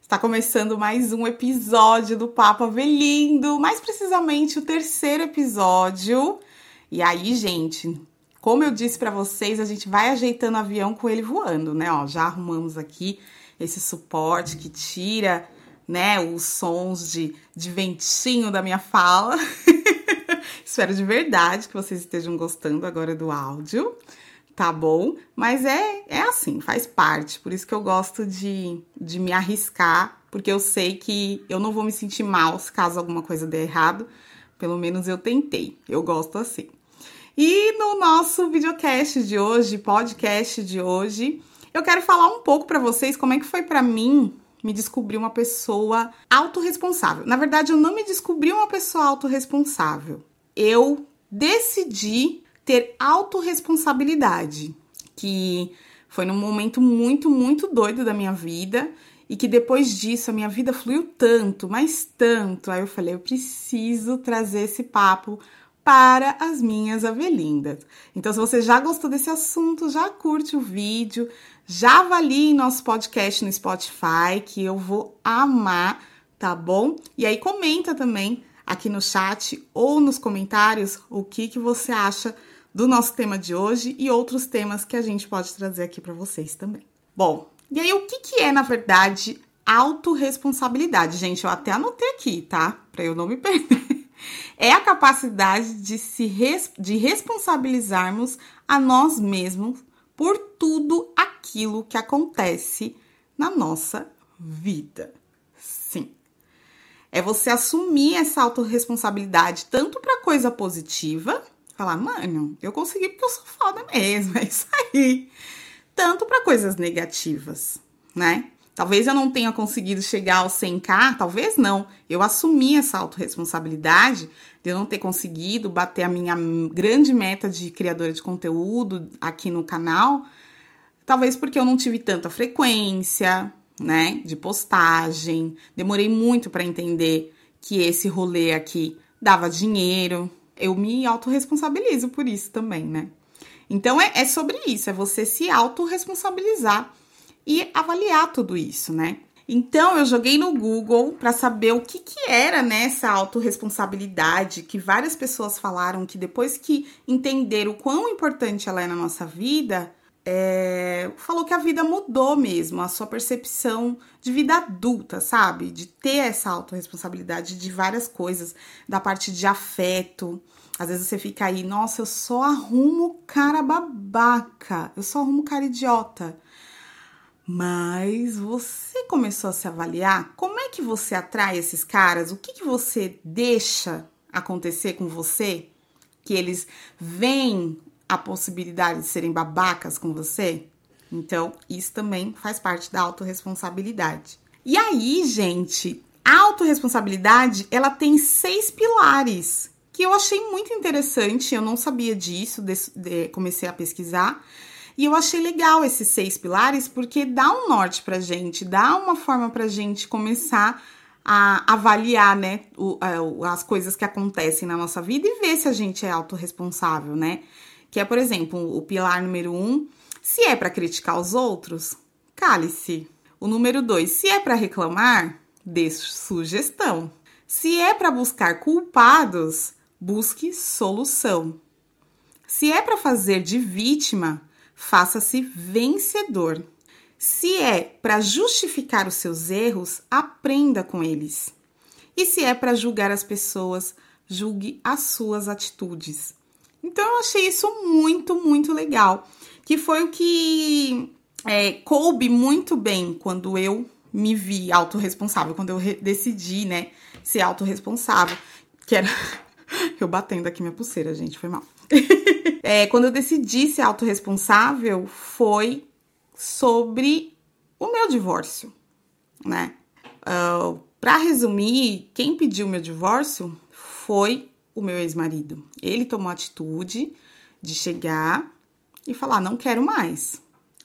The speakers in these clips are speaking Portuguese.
Está começando mais um episódio do Papo Avelindo, mais precisamente o terceiro episódio. E aí, gente, como eu disse para vocês, a gente vai ajeitando o avião com ele voando, né? Ó, já arrumamos aqui esse suporte que tira, né, os sons de ventinho da minha fala. Espero de verdade que vocês estejam gostando agora do áudio. Tá bom? Mas é assim, faz parte. Por isso que eu gosto de me arriscar, porque eu sei que eu não vou me sentir mal se caso alguma coisa der errado. Pelo menos eu tentei. Eu gosto assim. E no nosso videocast de hoje, podcast de hoje, eu quero falar um pouco pra vocês como é que foi pra mim me descobrir uma pessoa autorresponsável. Na verdade, eu não me descobri uma pessoa autorresponsável. Eu decidi ter autorresponsabilidade, que foi num momento muito, muito doido da minha vida e que depois disso a minha vida fluiu tanto, mas tanto. Aí eu falei, eu preciso trazer esse papo para as minhas avelindas. Então, se você já gostou desse assunto, já curte o vídeo, já avalie nosso podcast no Spotify, que eu vou amar, tá bom? E aí comenta também aqui no chat ou nos comentários o que você acha do nosso tema de hoje e outros temas que a gente pode trazer aqui para vocês também. Bom, e aí o que é, na verdade, autorresponsabilidade? Gente, eu até anotei aqui, tá? Para eu não me perder. É a capacidade de responsabilizarmos a nós mesmos por tudo aquilo que acontece na nossa vida. Sim. É você assumir essa autorresponsabilidade tanto para coisa positiva, falar, mano, eu consegui porque eu sou foda mesmo, é isso aí. Tanto para coisas negativas, né? Talvez eu não tenha conseguido chegar ao 100k, talvez não. Eu assumi essa autorresponsabilidade de eu não ter conseguido bater a minha grande meta de criadora de conteúdo aqui no canal. Talvez porque eu não tive tanta frequência, né, de postagem. Demorei muito para entender que esse rolê aqui dava dinheiro. Eu me autorresponsabilizo por isso também, né? Então, é sobre isso, é você se autorresponsabilizar e avaliar tudo isso, né? Então, eu joguei no Google para saber o que era, né, essa autorresponsabilidade, que várias pessoas falaram que depois que entenderam o quão importante ela é na nossa vida, falou que a vida mudou mesmo, a sua percepção de vida adulta, sabe? De ter essa autorresponsabilidade de várias coisas, da parte de afeto. Às vezes você fica aí, nossa, eu só arrumo cara babaca, eu só arrumo cara idiota. Mas você começou a se avaliar? Como é que você atrai esses caras? O que você deixa acontecer com você? Que eles veem a possibilidade de serem babacas com você? Então, isso também faz parte da autorresponsabilidade. E aí, gente, a autorresponsabilidade, ela tem 6 pilares, que eu achei muito interessante, eu não sabia disso, comecei a pesquisar, e eu achei legal esses 6 pilares, porque dá um norte pra gente, dá uma forma pra gente começar a avaliar, né, as coisas que acontecem na nossa vida e ver se a gente é autorresponsável, né? Que é, por exemplo, o pilar número 1, se é para criticar os outros, cale-se. O número 2, se é para reclamar, dê sugestão. Se é para buscar culpados, busque solução. Se é para fazer de vítima, faça-se vencedor. Se é para justificar os seus erros, aprenda com eles. E se é para julgar as pessoas, julgue as suas atitudes. Então, eu achei isso muito, muito legal. Que foi o que coube muito bem quando eu me vi autorresponsável, quando eu decidi, né, ser autorresponsável. Que era... eu batendo aqui minha pulseira, gente, foi mal. Quando eu decidi ser autorresponsável, foi sobre o meu divórcio, né? Para resumir, quem pediu meu divórcio foi o meu ex-marido. Ele tomou a atitude de chegar e falar, não quero mais.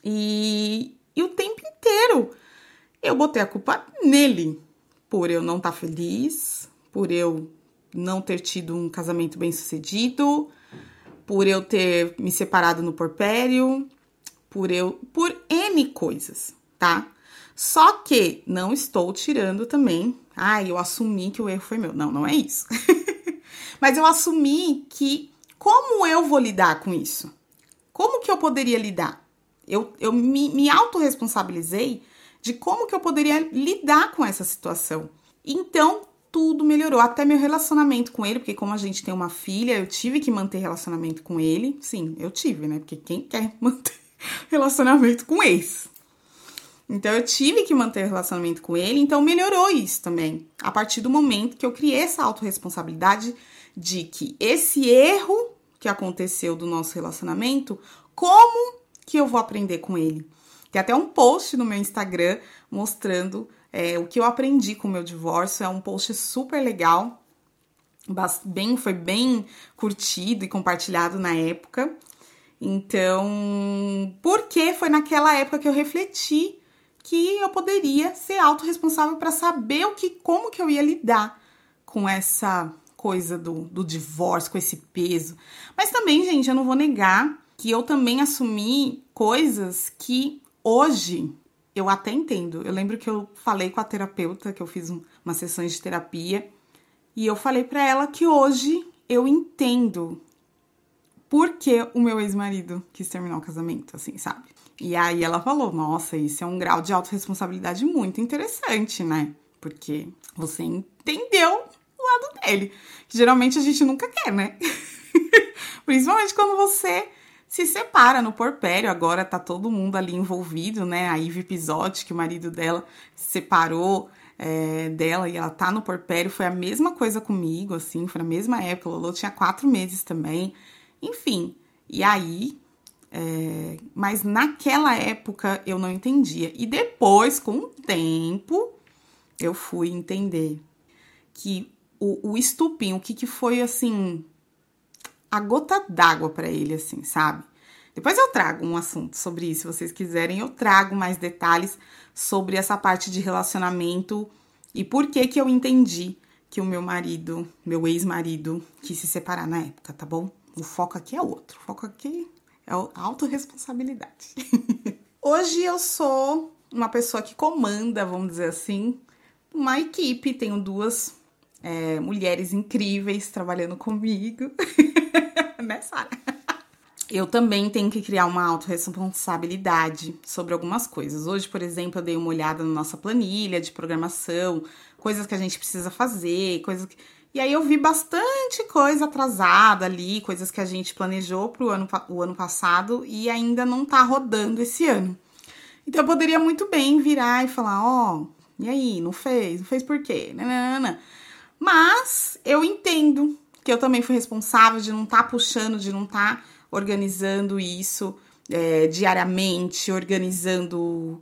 E o tempo inteiro eu botei a culpa nele, por eu não estar feliz, por eu não ter tido um casamento bem sucedido, por eu ter me separado no porpério, por N coisas, tá? Só que não estou tirando também, eu assumi que o erro foi meu. Não, não é isso. Mas eu assumi que como eu vou lidar com isso? Como que eu poderia lidar? Eu me autorresponsabilizei de como que eu poderia lidar com essa situação. Então, tudo melhorou, até meu relacionamento com ele, porque como a gente tem uma filha, eu tive que manter relacionamento com ele. Sim, eu tive, né? Porque quem quer manter relacionamento com ex? Então, eu tive que manter relacionamento com ele, então melhorou isso também. A partir do momento que eu criei essa autorresponsabilidade de que esse erro que aconteceu do nosso relacionamento, como que eu vou aprender com ele? Tem até um post no meu Instagram mostrando o que eu aprendi com o meu divórcio. É um post super legal, foi bem curtido e compartilhado na época. Então, porque foi naquela época que eu refleti que eu poderia ser autorresponsável para saber como que eu ia lidar com essa coisa do divórcio, com esse peso. Mas também, gente, eu não vou negar que eu também assumi coisas que hoje eu até entendo. Eu lembro que eu falei com a terapeuta, que eu fiz umas sessões de terapia, e eu falei pra ela que hoje eu entendo por que o meu ex-marido quis terminar o casamento, assim, sabe? E aí ela falou, nossa, isso é um grau de autorresponsabilidade muito interessante, né? Porque você entendeu o lado dele, que geralmente a gente nunca quer, né? Principalmente quando você se separa no porpério, agora tá todo mundo ali envolvido, né? A Ivy Pisotti, que o marido dela se separou dela e ela tá no porpério, foi a mesma coisa comigo, assim, foi na mesma época, o Lolo tinha 4 meses também, enfim. E aí, mas naquela época eu não entendia. E depois, com o tempo, eu fui entender que o estupim, o que foi, assim, a gota d'água pra ele, assim, sabe? Depois eu trago um assunto sobre isso, se vocês quiserem, eu trago mais detalhes sobre essa parte de relacionamento e por que eu entendi que o meu ex-marido, quis se separar na época, tá bom? O foco aqui é outro, o foco aqui é a autorresponsabilidade. Hoje eu sou uma pessoa que comanda, vamos dizer assim, uma equipe, tenho 2 mulheres incríveis trabalhando comigo, né, Sara? Eu também tenho que criar uma autorresponsabilidade sobre algumas coisas. Hoje, por exemplo, eu dei uma olhada na nossa planilha de programação, coisas que a gente precisa fazer, E aí eu vi bastante coisa atrasada ali, coisas que a gente planejou para o ano passado e ainda não tá rodando esse ano. Então eu poderia muito bem virar e falar, e aí, não fez? Não fez por quê? Nanana. Mas eu entendo que eu também fui responsável de não estar puxando, de não estar organizando isso diariamente, organizando,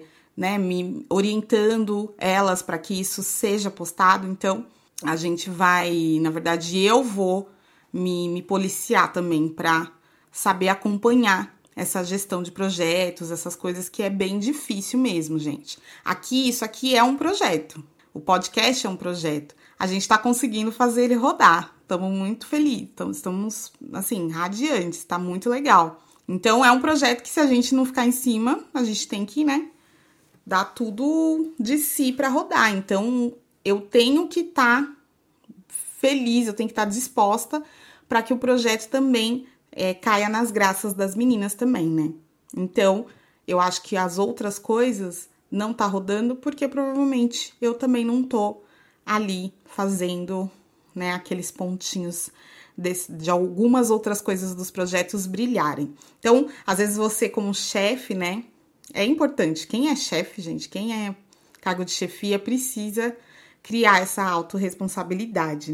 me orientando elas para que isso seja postado. Então, a gente vai, na verdade, eu vou me policiar também para saber acompanhar essa gestão de projetos, essas coisas que é bem difícil mesmo, gente. Isso aqui é um projeto. O podcast é um projeto. A gente tá conseguindo fazer ele rodar. Estamos muito felizes. Estamos, assim, radiantes. Tá muito legal. Então, é um projeto que se a gente não ficar em cima, a gente tem que, dar tudo de si para rodar. Então, eu tenho que estar feliz, eu tenho que estar disposta para que o projeto também caia nas graças das meninas também, né? Então, eu acho que as outras coisas não tá rodando porque provavelmente eu também não tô ali fazendo, aqueles pontinhos de algumas outras coisas dos projetos brilharem. Então, às vezes você como chefe, é importante. Quem é chefe, gente, quem é cargo de chefia precisa criar essa autorresponsabilidade,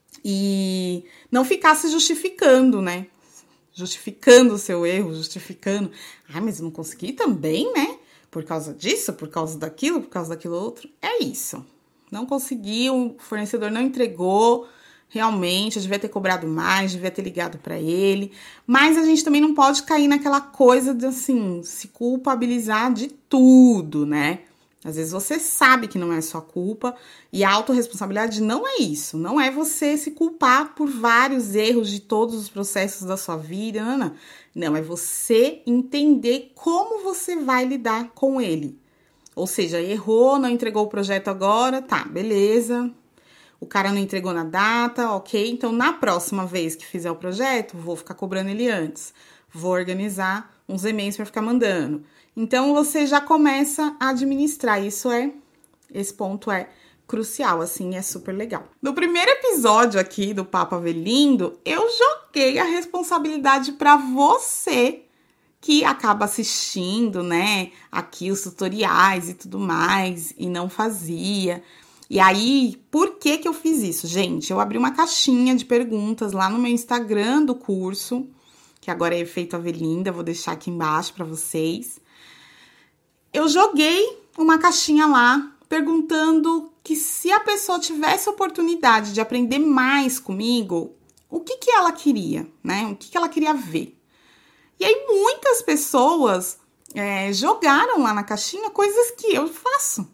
E não ficar se justificando, justificando o seu erro, justificando. Mas eu não consegui também, Por causa disso, por causa daquilo outro. É isso. Não consegui, o fornecedor não entregou. Realmente, eu devia ter cobrado mais, devia ter ligado para ele. Mas a gente também não pode cair naquela coisa de, assim, se culpabilizar de tudo, Às vezes você sabe que não é sua culpa e a autorresponsabilidade não é isso. Não é você se culpar por vários erros de todos os processos da sua vida. Não, é você entender como você vai lidar com ele. Ou seja, errou, não entregou o projeto agora, tá, beleza. O cara não entregou na data, ok. Então, na próxima vez que fizer o projeto, vou ficar cobrando ele antes. Vou organizar uns e-mails para ficar mandando. Então, você já começa a administrar. Esse ponto é crucial, assim, é super legal. No primeiro episódio aqui do Papo Avelindo, eu joguei a responsabilidade para você que acaba assistindo, né, aqui os tutoriais e tudo mais, e não fazia. E aí, por que que eu fiz isso? Gente, eu abri uma caixinha de perguntas lá no meu Instagram do curso, que agora é Efeito Avelinda, vou deixar aqui embaixo para vocês. Eu joguei uma caixinha lá, perguntando que se a pessoa tivesse oportunidade de aprender mais comigo, o que que ela queria, né? O que que ela queria ver. E aí, muitas pessoas jogaram lá na caixinha coisas que eu faço.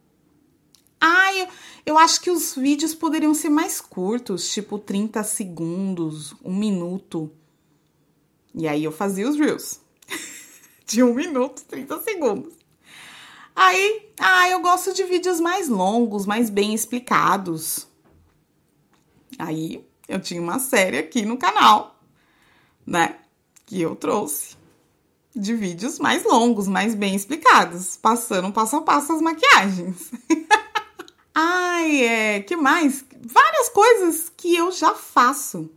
Eu acho que os vídeos poderiam ser mais curtos, tipo 30 segundos, 1 minuto. E aí, eu fazia os Reels de 1 minuto, 30 segundos. Aí, eu gosto de vídeos mais longos, mais bem explicados. Aí, eu tinha uma série aqui no canal, né? Que eu trouxe de vídeos mais longos, mais bem explicados, passando passo a passo as maquiagens. Que mais? Várias coisas que eu já faço.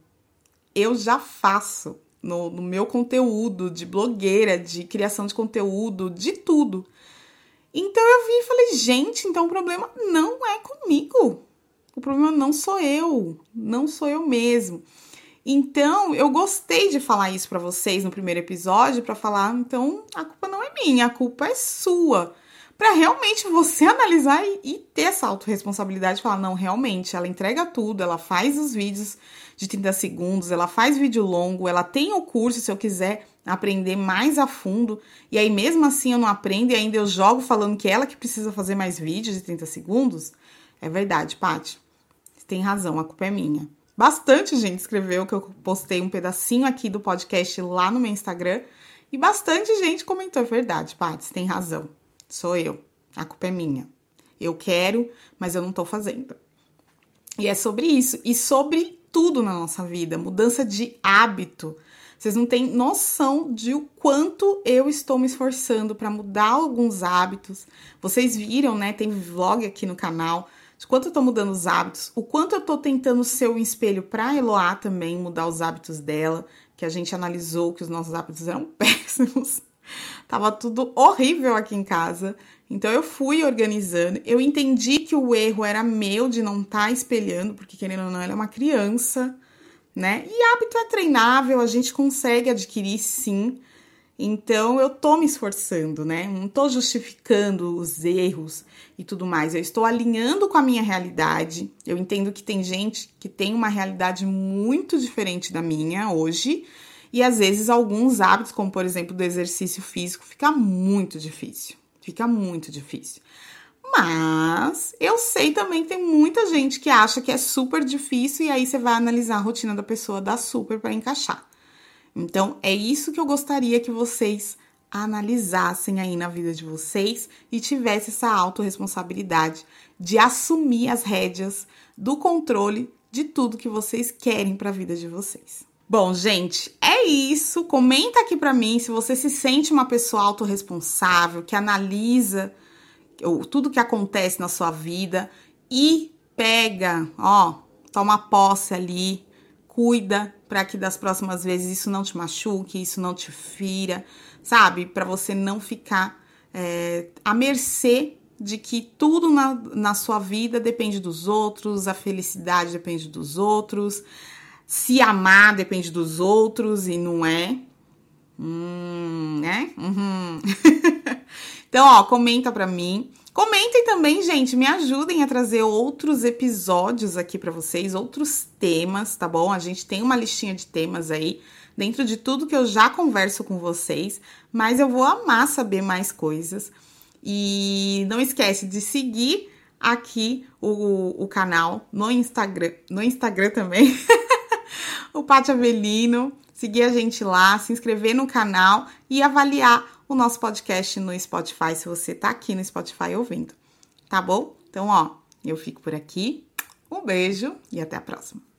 No meu conteúdo de blogueira, de criação de conteúdo, de tudo. Então eu vi e falei, gente, então o problema não é comigo. O problema não sou eu mesmo. Então, eu gostei de falar isso pra vocês no primeiro episódio, pra falar, então, a culpa não é minha, a culpa é sua. Pra realmente você analisar e ter essa autorresponsabilidade de falar, não, realmente, ela entrega tudo, ela faz os vídeos de 30 segundos, ela faz vídeo longo, ela tem o curso se eu quiser aprender mais a fundo, e aí mesmo assim eu não aprendo e ainda eu jogo falando que ela que precisa fazer mais vídeos de 30 segundos. É verdade, Paty, você tem razão, a culpa é minha. Bastante gente escreveu que eu postei um pedacinho aqui do podcast lá no meu Instagram e bastante gente comentou, é verdade, Paty, você tem razão, sou eu, a culpa é minha. Eu quero, mas eu não tô fazendo. E é sobre isso, e sobre tudo na nossa vida, mudança de hábito. Vocês não têm noção de o quanto eu estou me esforçando para mudar alguns hábitos. Vocês viram, né? Tem vlog aqui no canal de quanto eu tô mudando os hábitos, o quanto eu tô tentando ser o espelho pra Eloá também, mudar os hábitos dela, que a gente analisou que os nossos hábitos eram péssimos. Tava tudo horrível aqui em casa. Então, eu fui organizando. Eu entendi que o erro era meu de não estar espelhando, porque, querendo ou não, ela é uma criança, né? E hábito é treinável, a gente consegue adquirir, sim. Então, eu tô me esforçando, né? Não tô justificando os erros e tudo mais. Eu estou alinhando com a minha realidade. Eu entendo que tem gente que tem uma realidade muito diferente da minha hoje. E, às vezes, alguns hábitos, como, por exemplo, do exercício físico, fica muito difícil. Mas eu sei também que tem muita gente que acha que é super difícil e aí você vai analisar a rotina da pessoa, dá super para encaixar. Então, é isso que eu gostaria que vocês analisassem aí na vida de vocês e tivessem essa autorresponsabilidade de assumir as rédeas do controle de tudo que vocês querem para a vida de vocês. Bom, gente, é isso. Comenta aqui pra mim se você se sente uma pessoa autorresponsável, que analisa tudo que acontece na sua vida e pega, toma posse ali, cuida para que das próximas vezes isso não te machuque, isso não te fira, sabe? Para você não ficar à mercê de que tudo na sua vida depende dos outros, a felicidade depende dos outros, se amar depende dos outros e não é. Né? Então, comenta pra mim. Comentem também, gente, me ajudem a trazer outros episódios aqui pra vocês, outros temas, tá bom? A gente tem uma listinha de temas aí, dentro de tudo que eu já converso com vocês, mas eu vou amar saber mais coisas. E não esquece de seguir aqui o canal no Instagram também, o Paty Avelino, seguir a gente lá, se inscrever no canal e avaliar o nosso podcast no Spotify, se você tá aqui no Spotify ouvindo, tá bom? Então, ó, eu fico por aqui. Um beijo e até a próxima.